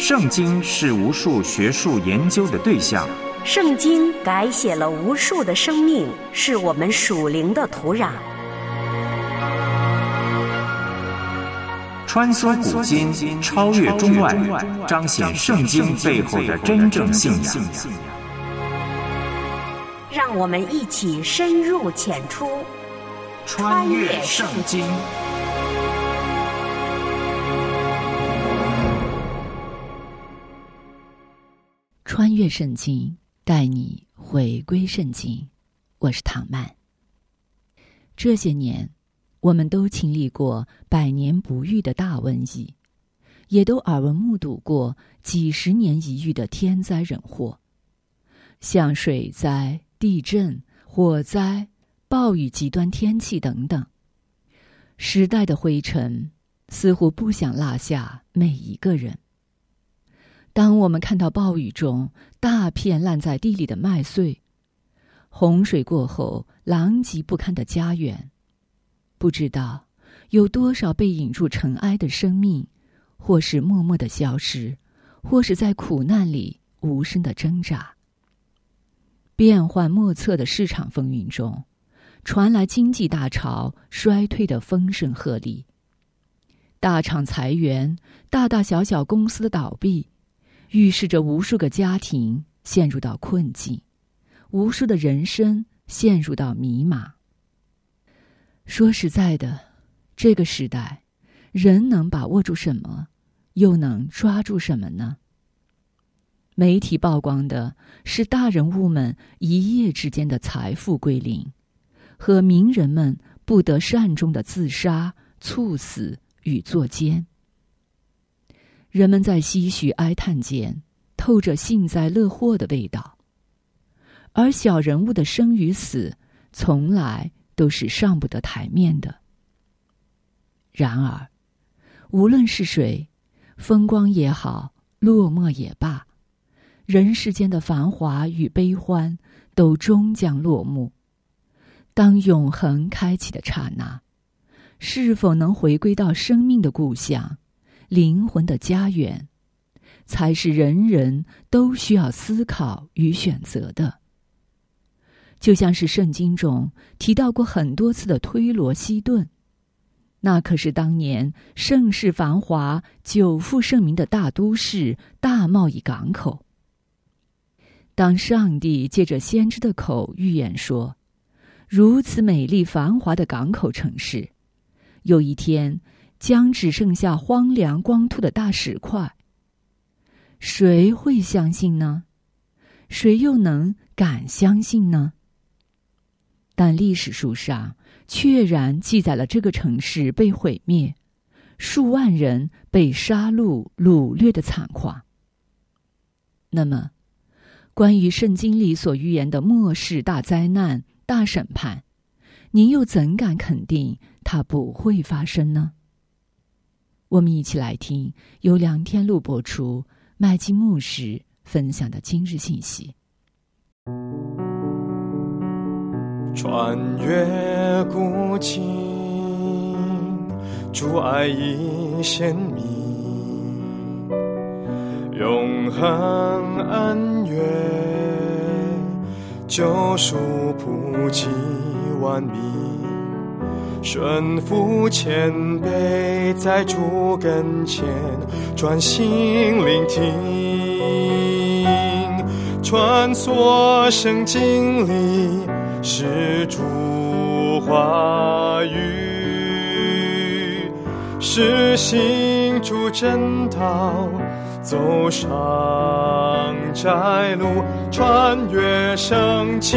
圣经是无数学术研究的对象， 圣经改写了无数的生命，是我们属灵的土壤。 穿梭古今，超越中外，彰显圣经背后的真正信仰。 让我们一起深入浅出， 穿越圣经。 穿越圣经，带你回归圣经。我是唐曼。这些年，我们都经历过百年不遇的大瘟疫，也都耳闻目睹过几十年一遇的天灾人祸，像水灾、地震、火灾、暴雨、极端天气等等。时代的灰尘似乎不想落下每一个人。当我们看到暴雨中大片烂在地里的麦穗，洪水过后狼藉不堪的家园，不知道有多少被引入尘埃的生命，或是默默的消失，或是在苦难里无声的挣扎。变幻莫测的市场风云中，传来经济大潮衰退的风声鹤唳，大厂裁员，大大小小公司的倒闭，预示着无数个家庭陷入到困境，无数的人生陷入到迷茫。说实在的，这个时代，人能把握住什么，又能抓住什么呢？媒体曝光的是大人物们一夜之间的财富归零，和名人们不得善终的自杀、猝死与作奸。人们在唏嘘哀叹间透着幸灾乐祸的味道，而小人物的生与死从来都是上不得台面的。然而，无论是谁，风光也好，落寞也罢，人世间的繁华与悲欢都终将落幕。当永恒开启的刹那，是否能回归到生命的故乡，灵魂的家园，才是人人都需要思考与选择的。就像是圣经中提到过很多次的推罗西顿，那可是当年盛世繁华、久负盛名的大都市、大贸易港口。当上帝借着先知的口预言说，如此美丽繁华的港口城市，有一天将只剩下荒凉光秃的大石块，谁会相信呢？谁又能敢相信呢？但历史书上确然记载了这个城市被毁灭，数万人被杀戮掳掠的惨况。那么，关于圣经里所预言的末世大灾难、大审判，您又怎敢肯定它不会发生呢？我们一起来听由梁天禄播出、麦基牧师分享的今日信息。 穿越古今，主爱已显明，永恒恩怨，救赎普及万民，顺服谦卑，在主跟前专心聆听，穿梭圣经里是主话语，是行主真道，走上窄路，穿越圣经。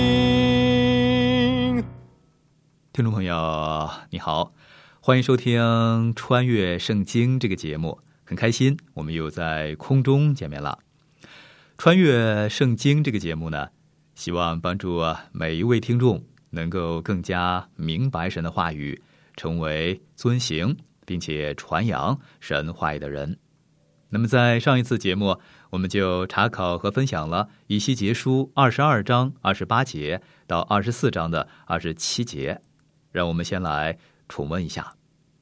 听众朋友你好，欢迎收听《穿越圣经》这个节目，很开心我们又在空中见面了。穿越圣经这个节目呢，希望帮助每一位听众能够更加明白神的话语，成为遵行并且传扬神话语的人。那么在上一次节目，我们就查考和分享了以西结书22章28节到24章的27节，让我们先来重温一下。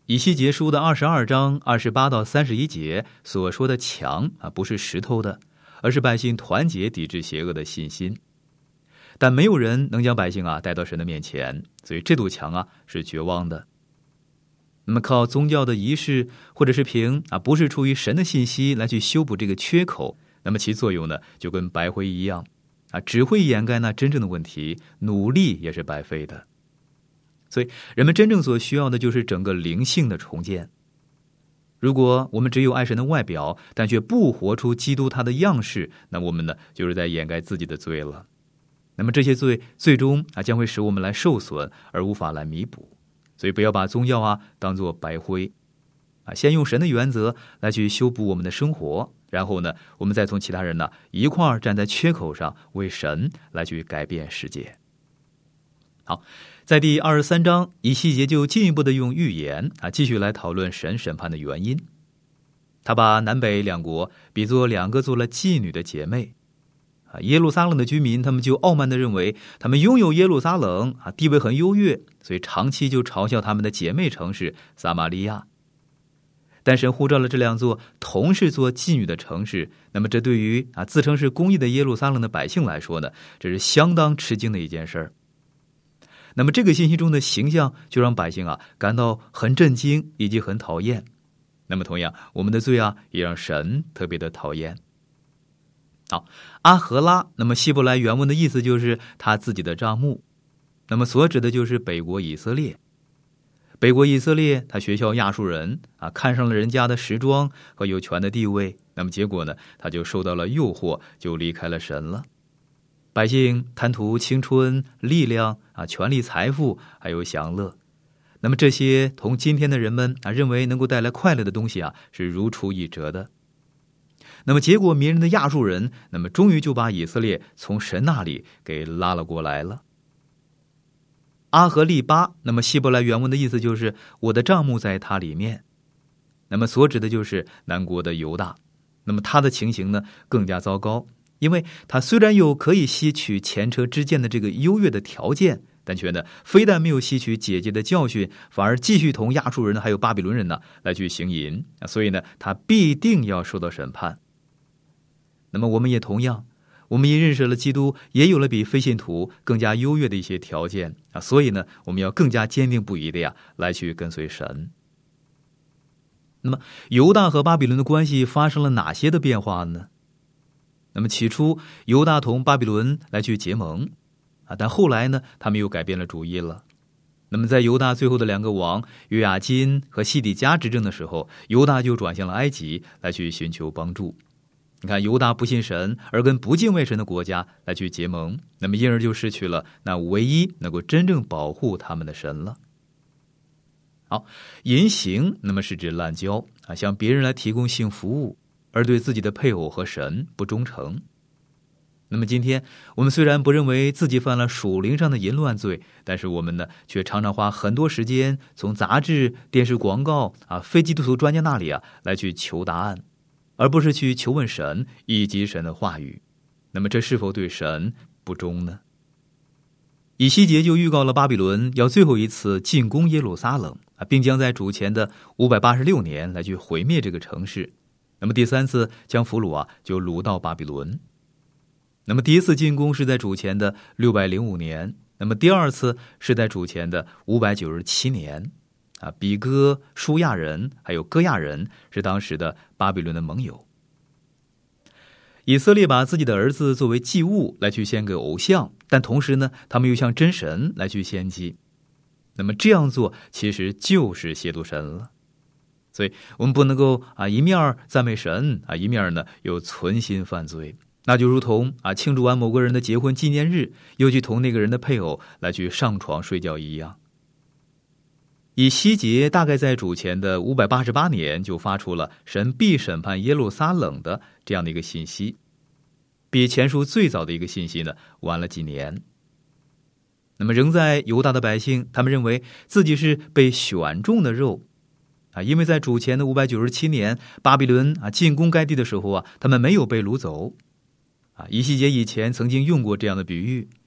以西结书的22章28到31节所说的墙不是石头的，而是百姓团结抵制邪恶的信心。但没有人能将百姓带到神的面前，所以这堵墙是绝望的。那么靠宗教的仪式或者是凭不是出于神的信息来去修补这个缺口，那么其作用呢就跟白灰一样只会掩盖那真正的问题，努力也是白费的。所以人们真正所需要的就是整个灵性的重建。如果我们只有爱神的外表，但却不活出基督他的样式，那我们呢就是在掩盖自己的罪了。那么这些罪最终将会使我们来受损，而无法来弥补。所以不要把宗教当作白灰先用神的原则来去修补我们的生活，然后呢我们再从其他人一块儿站在缺口上，为神来去改变世界。好，在第23章，以西结就进一步的用预言继续来讨论神审判的原因。他把南北两国比作两个做了妓女的姐妹。耶路撒冷的居民他们就傲慢地认为他们拥有耶路撒冷地位很优越，所以长期就嘲笑他们的姐妹城市撒玛利亚。但神呼召了这两座同是做妓女的城市，那么这对于自称是公义的耶路撒冷的百姓来说呢，这是相当吃惊的一件事儿。那么这个信息中的形象就让百姓感到很震惊以及很讨厌。那么同样，我们的罪也让神特别的讨厌。好，阿荷拉，那么希伯来原文的意思就是他自己的帐幕，那么所指的就是北国以色列。北国以色列他学效亚述人看上了人家的时装和有权的地位，那么结果呢他就受到了诱惑，就离开了神了。百姓贪图青春、力量权力、财富还有享乐，那么这些同今天的人们认为能够带来快乐的东西是如出一辙的。那么结果迷人的亚述人，那么终于就把以色列从神那里给拉了过来了。阿和利巴，那么希伯来原文的意思就是我的帐幕在他里面，那么所指的就是南国的犹大。那么他的情形呢更加糟糕，因为他虽然有可以吸取前车之鉴的这个优越的条件，但却呢非但没有吸取姐姐的教训，反而继续同亚述人还有巴比伦人来去行淫，所以呢他必定要受到审判。那么我们也同样，我们也认识了基督，也有了比非信徒更加优越的一些条件所以呢我们要更加坚定不移的来去跟随神。那么犹大和巴比伦的关系发生了哪些的变化呢？那么起初犹大同巴比伦来去结盟但后来呢他们又改变了主意了。那么在犹大最后的两个王约雅金和西底家执政的时候，犹大就转向了埃及来去寻求帮助。你看，犹大不信神，而跟不敬畏神的国家来去结盟，那么因而就失去了那唯一能够真正保护他们的神了。好，淫行那么是指滥交向别人来提供性服务，而对自己的配偶和神不忠诚。那么今天我们虽然不认为自己犯了属灵上的淫乱罪，但是我们呢却常常花很多时间从杂志、电视广告非基督徒专家那里来去求答案，而不是去求问神以及神的话语。那么这是否对神不忠呢？以西结就预告了巴比伦要最后一次进攻耶路撒冷并将在主前的586年来去毁灭这个城市。那么第三次将俘虏就掳到巴比伦。那么第一次进攻是在主前的605年，那么第二次是在主前的597年比哥、舒亚人还有哥亚人是当时的巴比伦的盟友。以色列把自己的儿子作为祭物来去献给偶像，但同时呢他们又向真神来去献祭。那么这样做其实就是亵渎神了。所以我们不能够一面赞美神一面呢又存心犯罪，那就如同庆祝完某个人的结婚纪念日，又去同那个人的配偶来去上床睡觉一样。以西结大概在主前的588年就发出了神必审判耶路撒冷的这样的一个信息，比前书最早的一个信息呢晚了几年。那么仍在犹大的百姓，他们认为自己是被选中的肉因为在主前的597年巴比伦进攻该地的时候他们没有被掳走以西结以前曾经用过这样的比喻，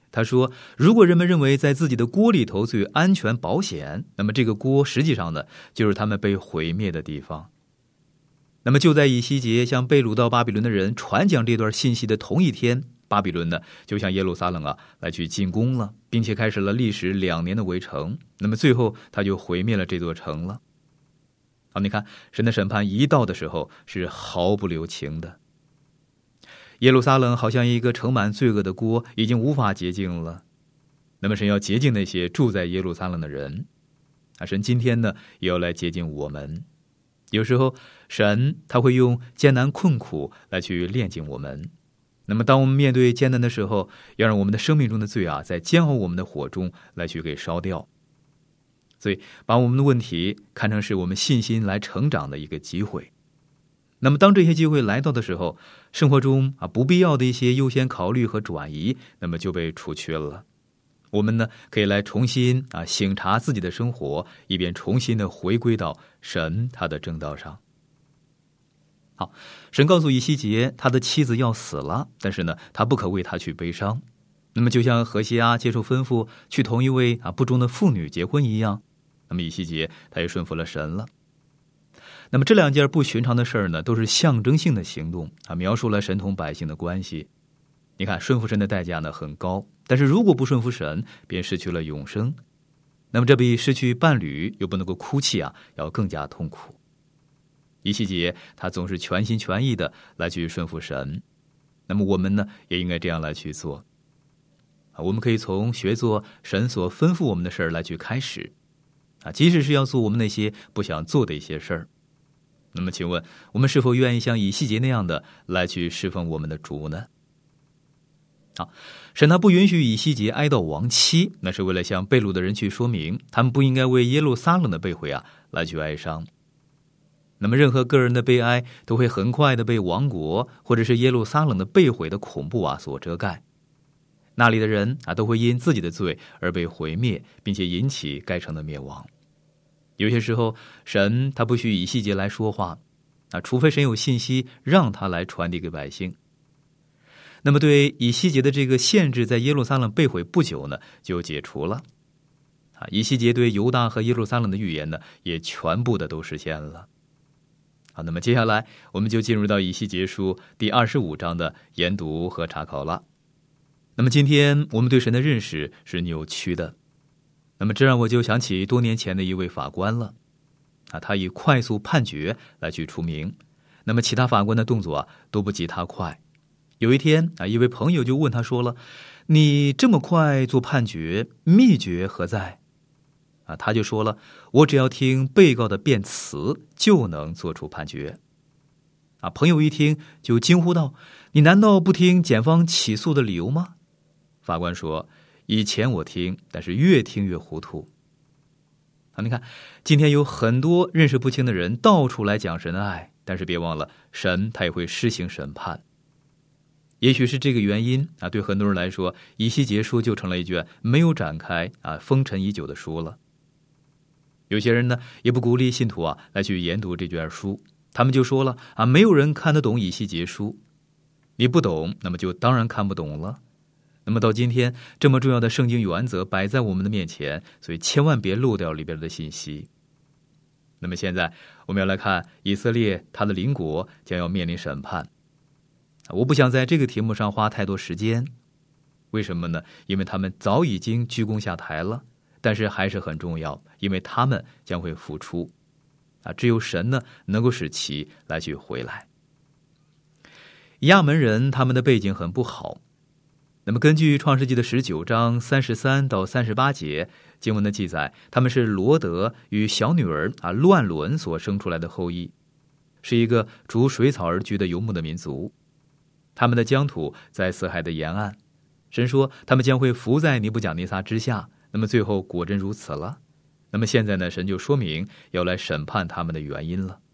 他说，如果人们认为在自己的锅里头最安全保险，那么这个锅实际上呢，就是他们被毁灭的地方。那么就在以西结向被掳到巴比伦的人传讲这段信息的同一天，巴比伦呢就向耶路撒冷来去进攻了，并且开始了历时2年的围城。那么最后他就毁灭了这座城了。好，你看神的审判一到的时候是毫不留情的。耶路撒冷好像一个盛满罪恶的锅，已经无法洁净了。那么神要洁净那些住在耶路撒冷的人，神今天呢也要来洁净我们。有时候神他会用艰难困苦来去炼净我们。那么当我们面对艰难的时候，要让我们的生命中的罪在煎熬我们的火中来去给烧掉。所以把我们的问题看成是我们信心来成长的一个机会。那么当这些机会来到的时候，生活中不必要的一些优先考虑和转移，那么就被除去了。我们呢可以来重新省察自己的生活，以便重新的回归到神他的正道上。好，神告诉以西结他的妻子要死了，但是呢他不可为他去悲伤。那么就像何西阿接受吩咐去同一位不忠的妇女结婚一样，那么以西结他也顺服了神了。那么这2件不寻常的事儿呢，都是象征性的行动描述了神同百姓的关系。你看顺服神的代价呢很高，但是如果不顺服神，便失去了永生。那么这比失去伴侣又不能够哭泣要更加痛苦。以西结他总是全心全意的来去顺服神，那么我们呢也应该这样来去做。我们可以从学做神所吩咐我们的事儿来去开始即使是要做我们那些不想做的一些事儿。那么请问我们是否愿意像以西结那样的来去侍奉我们的主呢？好，神他不允许以西结哀悼亡妻，那是为了向被掳的人去说明，他们不应该为耶路撒冷的被毁来去哀伤。那么任何个人的悲哀都会很快的被亡国或者是耶路撒冷的被毁的恐怖所遮盖。那里的人都会因自己的罪而被毁灭，并且引起该城的灭亡。有些时候神他不许以西结来说话除非神有信息让他来传递给百姓。那么对以西结的这个限制在耶路撒冷被毁不久呢就解除了以西结对犹大和耶路撒冷的预言呢也全部的都实现了。好，那么接下来我们就进入到以西结书第25章的研读和查考了。那么今天我们对神的认识是扭曲的，那么这让我就想起多年前的一位法官了他以快速判决来去出名，那么其他法官的动作都不及他快。有一天一位朋友就问他说了，你这么快做判决，秘诀何在？他就说了，我只要听被告的辩词就能做出判决。朋友一听就惊呼道，你难道不听检方起诉的理由吗？法官说，以前我听，但是越听越糊涂。你看今天有很多认识不清的人到处来讲神的爱，但是别忘了神他也会施行审判。也许是这个原因对很多人来说，以西结书就成了一卷没有展开封尘已久的书了。有些人呢也不鼓励信徒来去研读这卷书，他们就说了没有人看得懂以西结书，你不懂，那么就当然看不懂了。那么到今天这么重要的圣经原则摆在我们的面前，所以千万别漏掉里边的信息。那么现在我们要来看以色列他的邻国将要面临审判。我不想在这个题目上花太多时间，为什么呢？因为他们早已经鞠躬下台了，但是还是很重要，因为他们将会复出只有神呢能够使其来去回来。亚门人他们的背景很不好，那么根据创世纪的19章33到38节经文的记载，他们是罗德与小女儿乱伦所生出来的后裔，是一个逐水草而居的游牧的民族。他们的疆土在死海的沿岸，神说他们将会伏在尼布甲尼撒之下，那么最后果真如此了。那么现在呢，神就说明要来审判他们的原因了。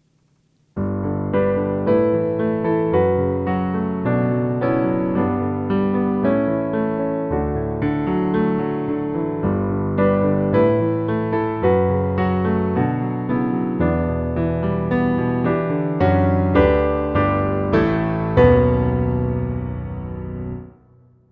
以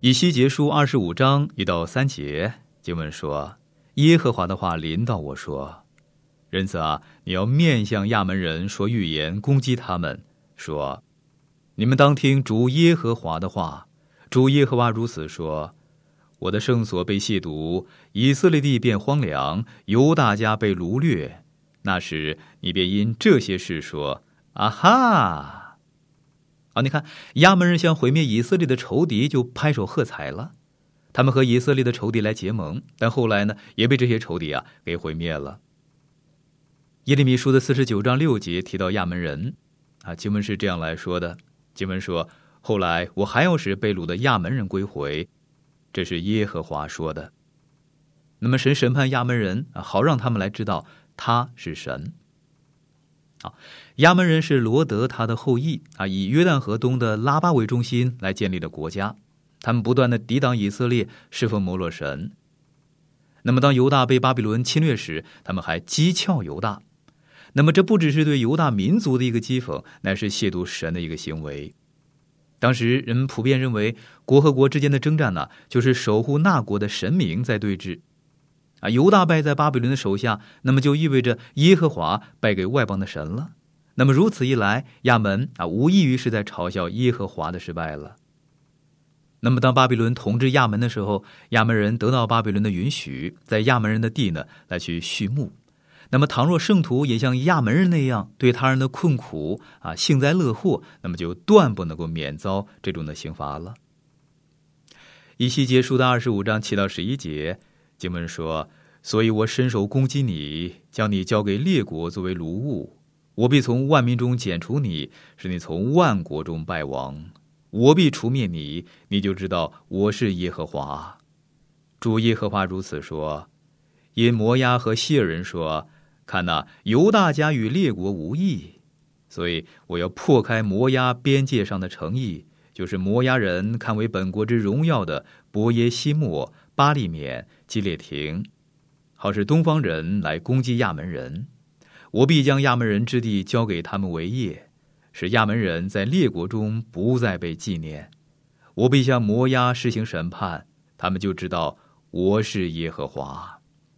以西结书25章1到3节，经文说：耶和华的话临到我说，人子啊，你要面向亚门人说预言，攻击他们，说：你们当听主耶和华的话。主耶和华如此说，我的圣所被亵渎，以色列地变荒凉，犹大家被掳掠。那时你便因这些事说：啊哈！你看亚门人想毁灭以色列的仇敌，就拍手喝彩了。他们和以色列的仇敌来结盟，但后来呢，也被这些仇敌给毁灭了。耶利米书的49章6节提到亚门人，经文是这样来说的。经文说，后来我还要使被掳的亚门人归回，这是耶和华说的。那么神审判亚门人，好让他们来知道他是神。亚门人是罗德他的后裔，以约旦河东的拉巴为中心来建立的国家。他们不断的抵挡以色列，侍奉摩洛神。那么当犹大被巴比伦侵略时，他们还讥诮犹大。那么这不只是对犹大民族的一个讥讽，乃是亵渎神的一个行为。当时人们普遍认为，国和国之间的征战就是守护那国的神明在对峙。犹大败在巴比伦的手下，那么就意味着耶和华败给外邦的神了。那么如此一来，亚门无异于是在嘲笑耶和华的失败了。那么当巴比伦统治亚门的时候，亚门人得到巴比伦的允许，在亚门人的地来去畜牧。那么倘若圣徒也像亚门人那样对他人的困苦幸灾乐祸，那么就断不能够免遭这种的刑罚了。以西结书的25章7到11节，经文说，所以我伸手攻击你，将你交给列国作为掳物，我必从万民中剪除你，使你从万国中败亡，我必除灭你，你就知道我是耶和华。主耶和华如此说，因摩押和西尔人说，看哪，犹大家与列国无异，所以我要破开摩押边界上的城邑，就是摩押人看为本国之荣耀的伯耶西莫、巴利缅、基列亭，好使东方人来攻击亚门人。我必将亚门人之地交给他们为业，使亚门人在列国中不再被纪念。我必向摩押施行审判，他们就知道我是耶和华。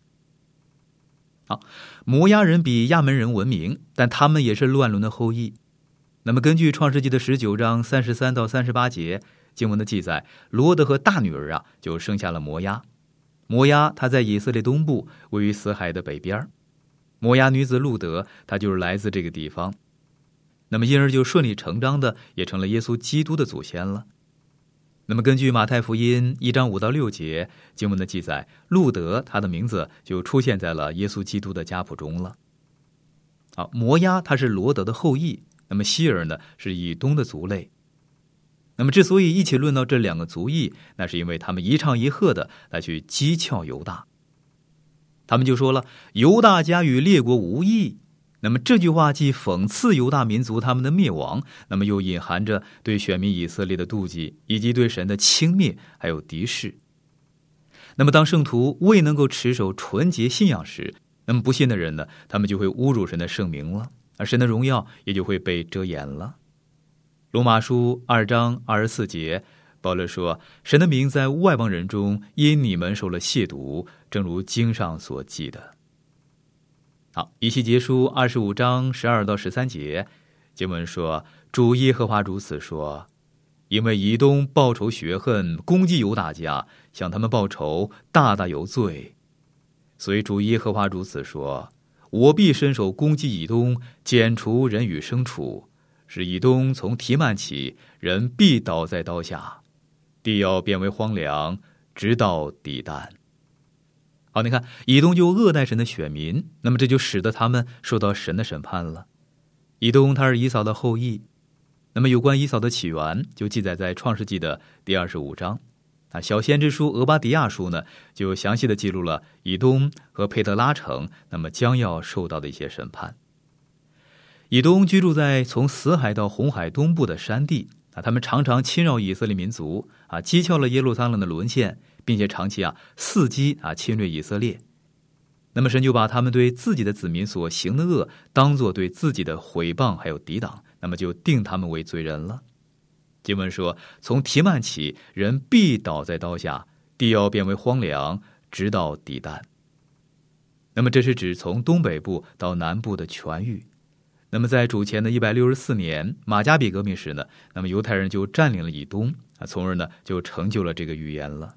摩押人比亚门人文明，但他们也是乱伦的后裔。那么根据创世纪的19章33到38节经文的记载，罗德和大女儿就生下了摩押。摩押他在以色列东部，位于死海的北边。摩押女子路德，她就是来自这个地方。那么因而就顺理成章的也成了耶稣基督的祖先了。那么根据马太福音1章5到6节经文的记载，路德他的名字就出现在了耶稣基督的家谱中了。摩押他是罗德的后裔，那么西尔呢是以东的族类。那么之所以一起论到这两个族裔，那是因为他们一唱一和的来去讥诮犹大。他们就说了，犹大家与列国无异。那么这句话既讽刺犹大民族他们的灭亡，那么又隐含着对选民以色列的妒忌，以及对神的轻蔑还有敌视。那么当圣徒未能够持守纯洁信仰时，那么不信的人呢，他们就会侮辱神的圣名了，而神的荣耀也就会被遮掩了。罗马书2章24节，保罗说，神的名在外邦人中因你们受了亵渎，正如经上所记的。好，以西结书25章12到13节经文说，主耶和华如此说，因为以东报仇雪恨，攻击犹大家，向他们报仇，大大有罪。所以主耶和华如此说，我必伸手攻击以东，剪除人与牲畜，使以东从提曼起，人必倒在刀下，地要变为荒凉，直到底丹。好，你看以东就恶待神的选民，那么这就使得他们受到神的审判了。以东他是以扫的后裔，那么有关以扫的起源就记载在创世纪的第25章。小先知书俄巴底亚书呢，就详细的记录了以东和佩特拉城那么将要受到的一些审判。以东居住在从死海到红海东部的山地，他们常常侵扰以色列民族，讥诮了耶路撒冷的沦陷，并且长期伺机侵略以色列。那么神就把他们对自己的子民所行的恶当作对自己的毁谤还有抵挡，那么就定他们为罪人了。 经文说，从提曼起，人必倒在刀下，地要变为荒凉，直到地旦。那么这是指从东北部到南部的全域。那么在主前的164年马加比革命时呢，那么犹太人就占领了以东，从而呢就成就了这个预言了。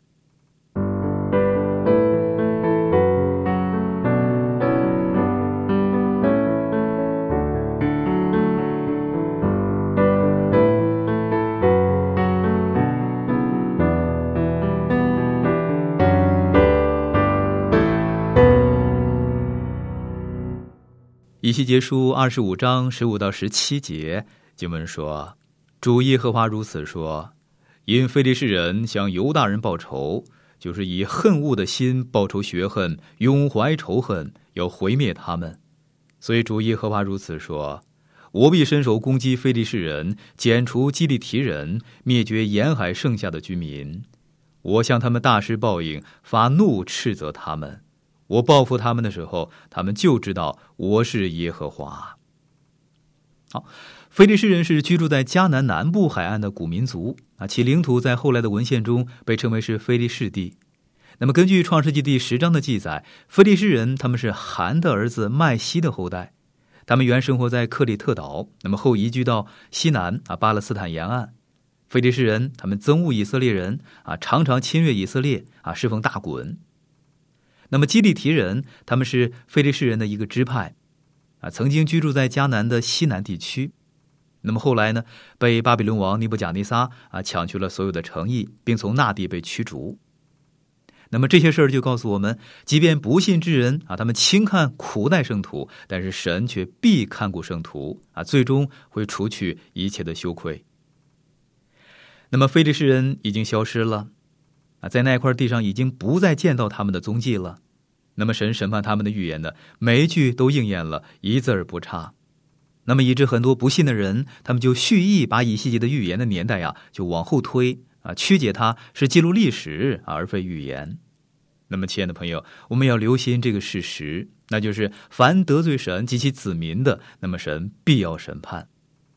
以西结书25章15到17节，经文说，主耶和华如此说，因非利士人向犹大人报仇，就是以恨恶的心报仇雪恨，永怀仇恨，要毁灭他们。所以主耶和华如此说，我必伸手攻击非利士人，剪除基利提人，灭绝沿海剩下的居民。我向他们大施报应，发怒斥责他们。我报复他们的时候，他们就知道我是耶和华。好，非利士人是居住在迦南南部海岸的古民族其领土在后来的文献中被称为是非利士地。那么根据创世纪第10章的记载，非利士人他们是含的儿子麦西的后代，他们原生活在克里特岛，那么后移居到西南巴勒斯坦沿岸。非利士人他们憎恶以色列人常常侵略以色列侍奉大衮。那么基利提人他们是非利士人的一个支派曾经居住在迦南的西南地区。那么后来呢，被巴比伦王尼布甲尼撒抢去了所有的城邑，并从那地被驱逐。那么这些事儿就告诉我们，即便不信之人他们轻看苦待圣徒，但是神却必看顾圣徒最终会除去一切的羞愧。那么非利士人已经消失了在那块地上已经不再见到他们的踪迹了。那么神审判他们的预言呢，每一句都应验了，一字儿不差。那么以致很多不信的人，他们就蓄意把以西结的预言的年代就往后推曲解它是记录历史而非预言。那么亲爱的朋友，我们要留心这个事实，那就是凡得罪神及其子民的，那么神必要审判。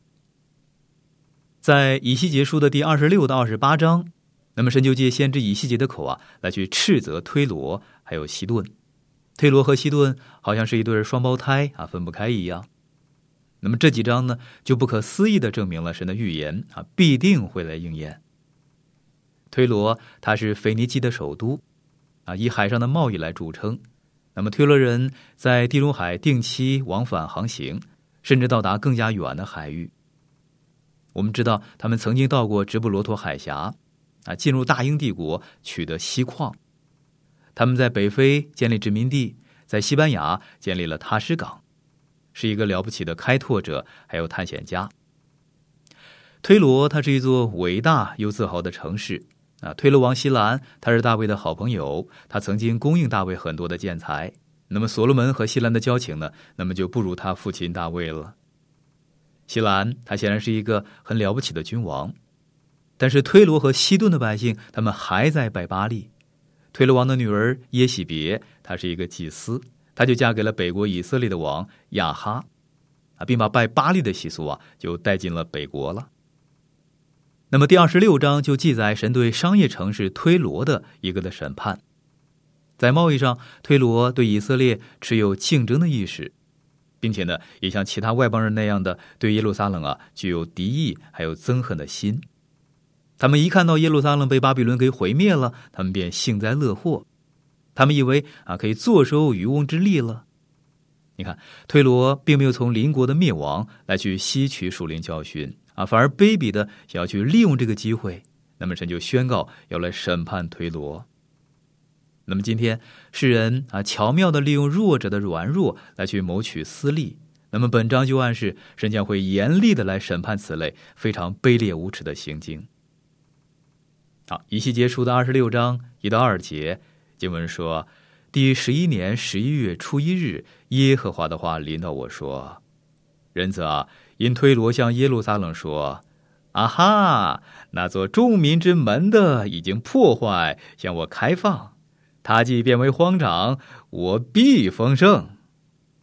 在以西结书的第26到28章，那么神就借先知以西结的口来去斥责推罗还有西顿。推罗和西顿好像是一对双胞胎分不开一样。那么这几章呢，就不可思议地证明了神的预言必定会来应验。推罗它是腓尼基的首都以海上的贸易来著称。那么推罗人在地中海定期往返航行，甚至到达更加远的海域。我们知道他们曾经到过直布罗陀海峡进入大英帝国，取得锡矿。他们在北非建立殖民地，在西班牙建立了塔什港，是一个了不起的开拓者还有探险家。推罗它是一座伟大又自豪的城市推罗王希兰他是大卫的好朋友，他曾经供应大卫很多的建材。那么所罗门和希兰的交情呢，那么就不如他父亲大卫了。希兰他显然是一个很了不起的君王，但是推罗和西顿的百姓他们还在拜巴力。推罗王的女儿耶喜别她是一个祭司，她就嫁给了北国以色列的王亚哈并把拜巴力的习俗就带进了北国了。那么第26章就记载神对商业城市推罗的一个的审判。在贸易上，推罗对以色列持有竞争的意识，并且呢，也像其他外邦人那样的对耶路撒冷具有敌意还有憎恨的心。他们一看到耶路撒冷被巴比伦给毁灭了，他们便幸灾乐祸。他们以为可以坐收渔翁之利了。你看，推罗并没有从邻国的灭亡来去吸取属灵教训反而卑鄙的想要去利用这个机会。那么神就宣告要来审判推罗。那么今天世人巧妙的利用弱者的软弱来去谋取私利。那么本章就暗示神将会严厉的来审判此类非常卑劣无耻的行径。好，以西结书的26章1到2节，经文说，第11年11月初1日，耶和华的话临到我说，人子因推罗向耶路撒冷说，哈，那座众民之门的已经破坏，向我开放，它既变为荒场，我必丰盛。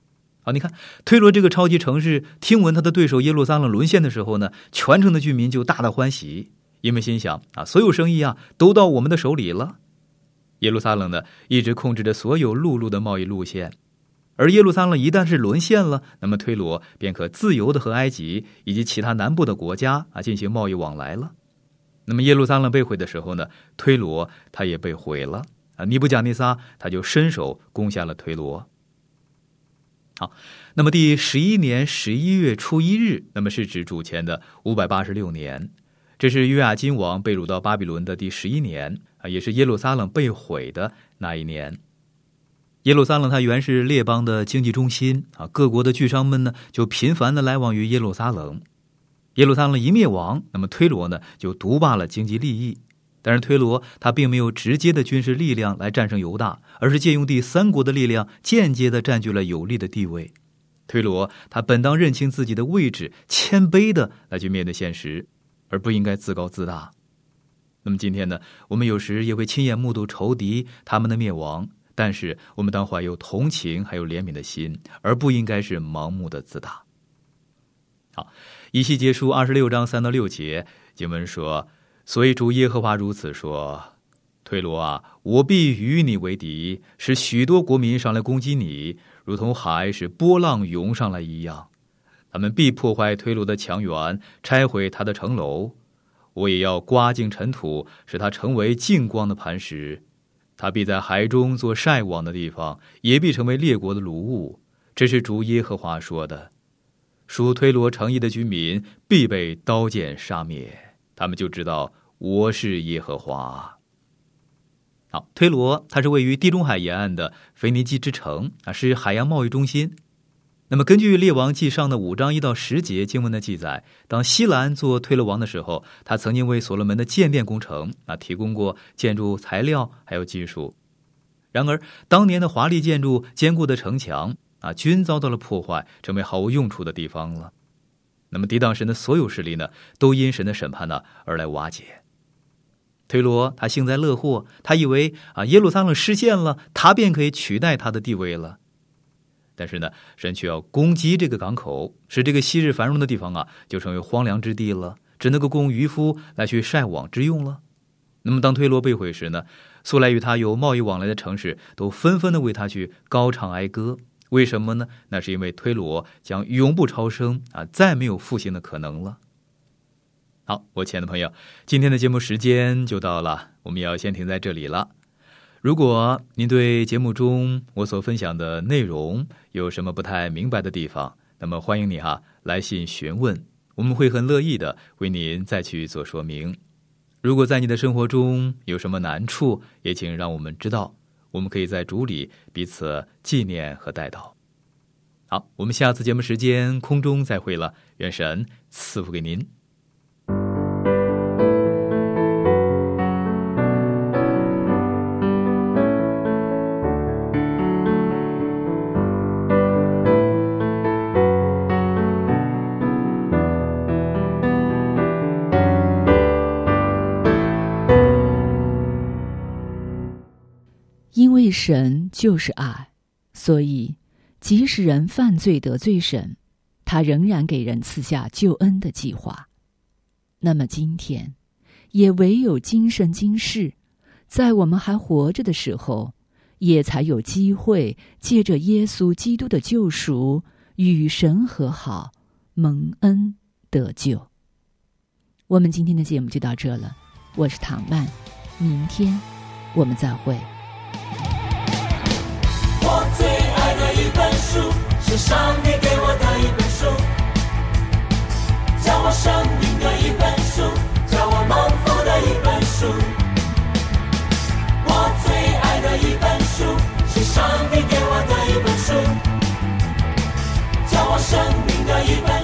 你看推罗这个超级城市，听闻他的对手耶路撒冷沦陷的时候呢，全城的居民就大大欢喜，因为心想所有生意都到我们的手里了。耶路撒冷呢一直控制着所有陆路的贸易路线，而耶路撒冷一旦是沦陷了，那么推罗便可自由的和埃及以及其他南部的国家进行贸易往来了。那么耶路撒冷被毁的时候呢，推罗他也被毁了尼布甲尼撒他就伸手攻下了推罗。好，那么第11年11月初1日，那么是指主前的586年，这是约雅金王被掳到巴比伦的第11年也是耶路撒冷被毁的那一年。耶路撒冷它原是列邦的经济中心各国的巨商们呢就频繁的来往于耶路撒冷。耶路撒冷一灭亡，那么推罗呢就独霸了经济利益。但是推罗他并没有直接的军事力量来战胜犹大，而是借用第三国的力量间接的占据了有利的地位。推罗他本当认清自己的位置，谦卑的来去面对现实，而不应该自高自大。那么今天呢，我们有时也会亲眼目睹仇敌他们的灭亡，但是我们当怀有同情还有怜悯的心，而不应该是盲目的自大。好，以西结书26章3到6节经文说，所以主耶和华如此说，推罗我必与你为敌，使许多国民上来攻击你，如同海使波浪涌上来一样。他们必破坏推罗的墙垣，拆毁他的城楼。我也要刮净尘土，使他成为净光的磐石。他必在海中做晒网的地方，也必成为列国的掳物。这是主耶和华说的。属推罗城邑的居民必被刀剑杀灭，他们就知道我是耶和华。好，推罗它是位于地中海沿岸的腓尼基之城是海洋贸易中心。那么根据列王记上的5章1到10节经文的记载，当西兰做推罗王的时候，他曾经为所罗门的建殿工程提供过建筑材料还有技术。然而当年的华丽建筑坚固的城墙均遭到了破坏，成为毫无用处的地方了。那么抵挡神的所有势力呢，都因神的审判而来瓦解。推罗他幸灾乐祸，他以为耶路撒冷失陷了，他便可以取代他的地位了。但是呢，神却要攻击这个港口，使这个昔日繁荣的地方就成为荒凉之地了，只能够供渔夫来去晒网之用了。那么当推罗被毁时呢，素来与他有贸易往来的城市都纷纷的为他去高唱哀歌。为什么呢？那是因为推罗将永不超生再没有复兴的可能了。好，我亲爱的朋友，今天的节目时间就到了，我们要先停在这里了。如果您对节目中我所分享的内容有什么不太明白的地方，那么欢迎你来信询问，我们会很乐意的为您再去做说明。如果在你的生活中有什么难处，也请让我们知道，我们可以在主里彼此纪念和代祷。好，我们下次节目时间空中再会了，愿神赐福给您。 因为神就是爱，所以即使人犯罪得罪神，他仍然给人赐下救恩的计划。那么今天也唯有今生今世，在我们还活着的时候，也才有机会借着耶稣基督的救赎与神和好，蒙恩得救。我们今天的节目就到这了，我是唐曼，明天我们再会。 我最爱的一本书，是上帝给我的一本书，教我生命的一本书，教我蒙福的一本书。我最爱的一本书，是上帝给我的一本书，教我生命的一本书。